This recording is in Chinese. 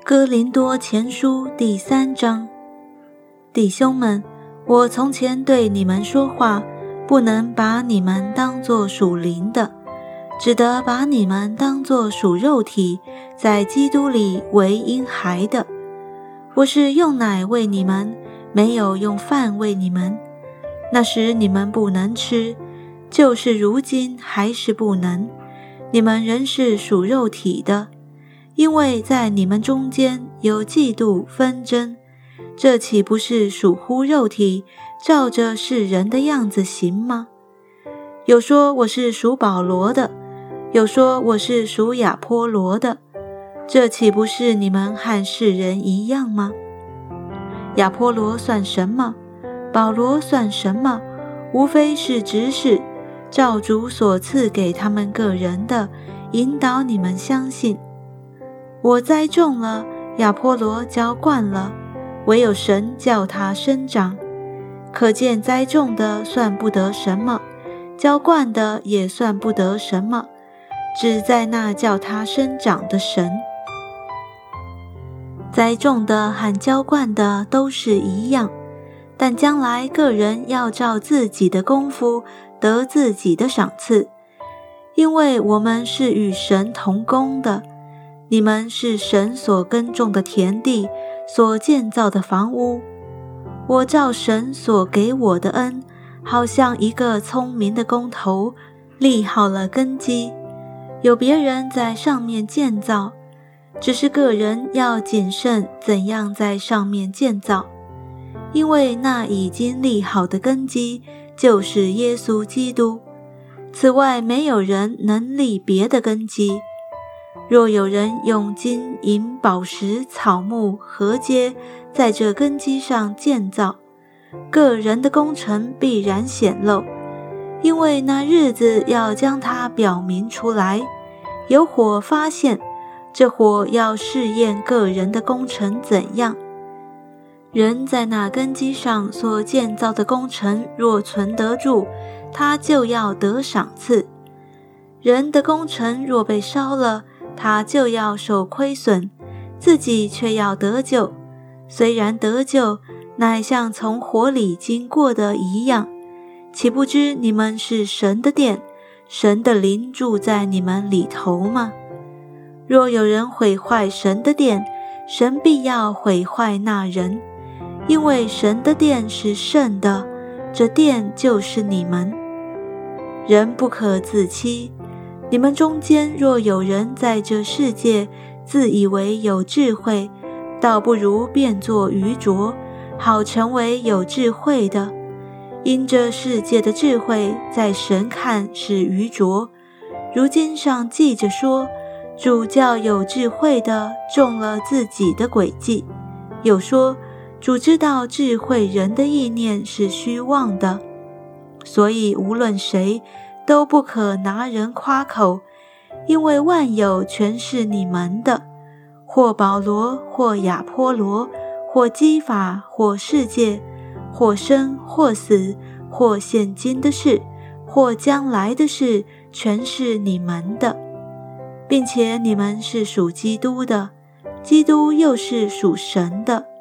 哥林多前书第3章。弟兄们，我从前对你们说话，不能把你们当作属灵的，只得把你们当作属肉体，在基督里为婴孩的。我是用奶喂你们，没有用饭喂你们。那时你们不能吃，就是如今还是不能，你们仍是属肉体的。因为在你们中间有嫉妒纷争，这岂不是属乎肉体，照着世人的样子行吗？有说我是属保罗的，有说我是属亚波罗的，这岂不是你们和世人一样吗？亚波罗算什么？保罗算什么？无非是执事，照主所赐给他们个人的，引导你们相信。我栽种了，亚波罗浇灌了，唯有神叫他生长。可见栽种的算不得什么，浇灌的也算不得什么，只在那叫他生长的神。栽种的和浇灌的都是一样，但将来个人要照自己的功夫得自己的赏赐，因为我们是与神同工的。你们是神所耕种的田地，所建造的房屋。我照神所给我的恩，好像一个聪明的工头，立好了根基，有别人在上面建造，只是个人要谨慎怎样在上面建造，因为那已经立好的根基就是耶稣基督。此外没有人能立别的根基。若有人用金银宝石草木禾秸在这根基上建造，个人的工程必然显露，因为那日子要将它表明出来，有火发现，这火要试验个人的工程怎样。人在那根基上所建造的工程若存得住，他就要得赏赐。人的工程若被烧了，他就要受亏损，自己却要得救。虽然得救，乃像从火里经过的一样。岂不知你们是神的殿，神的灵住在你们里头吗？若有人毁坏神的殿，神必要毁坏那人，因为神的殿是圣的，这殿就是你们。人不可自欺，你们中间若有人在这世界自以为有智慧，倒不如变作愚拙，好成为有智慧的。因这世界的智慧在神看是愚拙。如今上记着说，主叫有智慧的中了自己的诡计。又说，主知道智慧人的意念是虚妄的。所以无论谁都不可拿人夸口，因为万有全是你们的，或保罗，或亚波罗，或基法，或世界，或生，或死，或现今的事，或将来的事，全是你们的，并且你们是属基督的，基督又是属神的。